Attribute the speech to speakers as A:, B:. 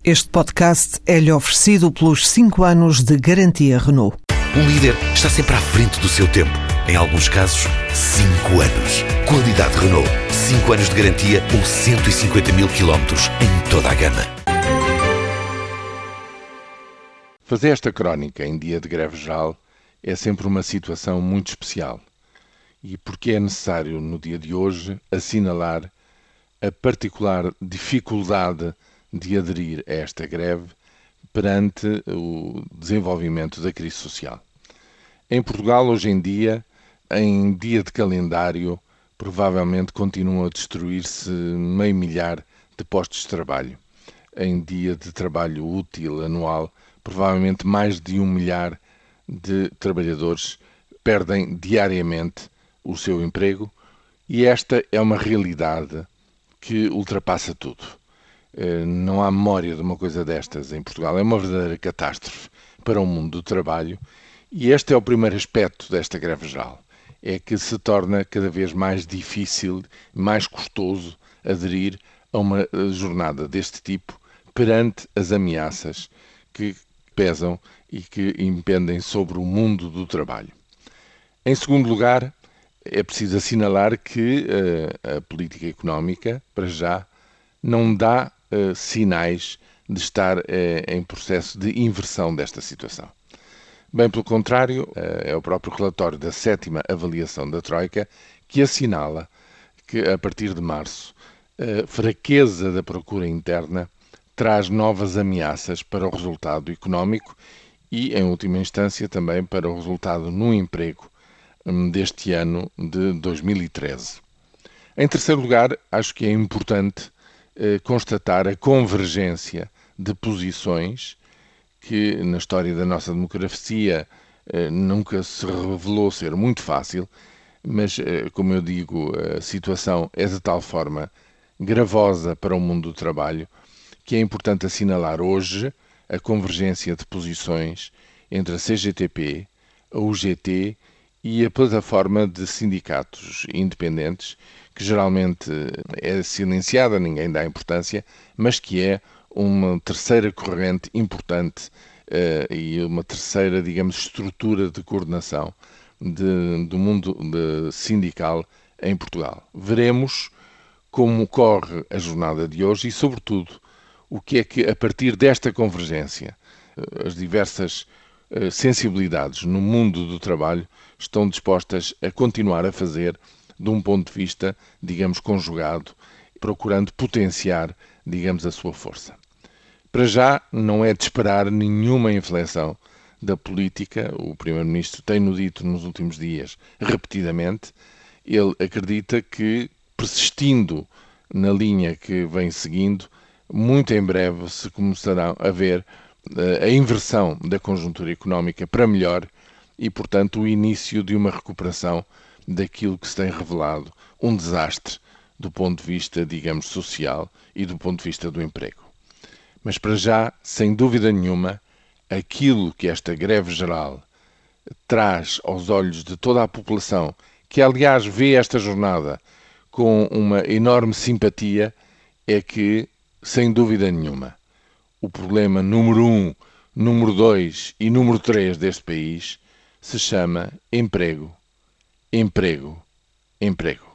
A: Este podcast é-lhe oferecido pelos 5 anos de garantia Renault.
B: Um líder está sempre à frente do seu tempo. Em alguns casos, 5 anos. Qualidade Renault. 5 anos de garantia ou 150 mil quilómetros em toda a gama.
C: Fazer esta crónica em dia de greve geral é sempre uma situação muito especial. E porque é necessário, no dia de hoje, assinalar a particular dificuldade de aderir a esta greve perante o desenvolvimento da crise social. Em Portugal, hoje em dia de calendário, provavelmente continuam a destruir-se 500 mil de postos de trabalho. Em dia de trabalho útil anual, provavelmente mais de 1 milhar de trabalhadores perdem diariamente o seu emprego, e esta é uma realidade que ultrapassa tudo. Não há memória de uma coisa destas em Portugal. É uma verdadeira catástrofe para o mundo do trabalho, e este é o primeiro aspecto desta greve geral. É que se torna cada vez mais difícil, mais custoso aderir a uma jornada deste tipo perante as ameaças que pesam e que impendem sobre o mundo do trabalho. Em segundo lugar, é preciso assinalar que a política económica, para já, não dá sinais de estar em processo de inversão desta situação. Bem pelo contrário, é o próprio relatório da 7ª avaliação da Troika que assinala que, a partir de março, a fraqueza da procura interna traz novas ameaças para o resultado económico e, em última instância, também para o resultado no emprego deste ano de 2013. Em terceiro lugar, acho que é importante constatar a convergência de posições que, na história da nossa democracia, nunca se revelou ser muito fácil, mas, como eu digo, a situação é de tal forma gravosa para o mundo do trabalho que é importante assinalar hoje a convergência de posições entre a CGTP, a UGT e a plataforma de sindicatos independentes, que geralmente é silenciada, ninguém dá importância, mas que é uma terceira corrente importante e uma terceira, digamos, estrutura de coordenação do mundo sindical em Portugal. Veremos como corre a jornada de hoje e, sobretudo, o que é que, a partir desta convergência, as diversas sensibilidades no mundo do trabalho estão dispostas a continuar a fazer de um ponto de vista, digamos, conjugado, procurando potenciar, digamos, a sua força. Para já, não é de esperar nenhuma inflexão da política. O Primeiro-Ministro tem-no dito nos últimos dias repetidamente. Ele acredita que, persistindo na linha que vem seguindo, muito em breve se começará a ver a inversão da conjuntura económica para melhor e, portanto, o início de uma recuperação daquilo que se tem revelado um desastre do ponto de vista, digamos, social e do ponto de vista do emprego. Mas para já, sem dúvida nenhuma, aquilo que esta greve geral traz aos olhos de toda a população, que aliás vê esta jornada com uma enorme simpatia, é que, sem dúvida nenhuma, o problema número 1, número 2 e número 3 deste país se chama emprego, emprego, emprego.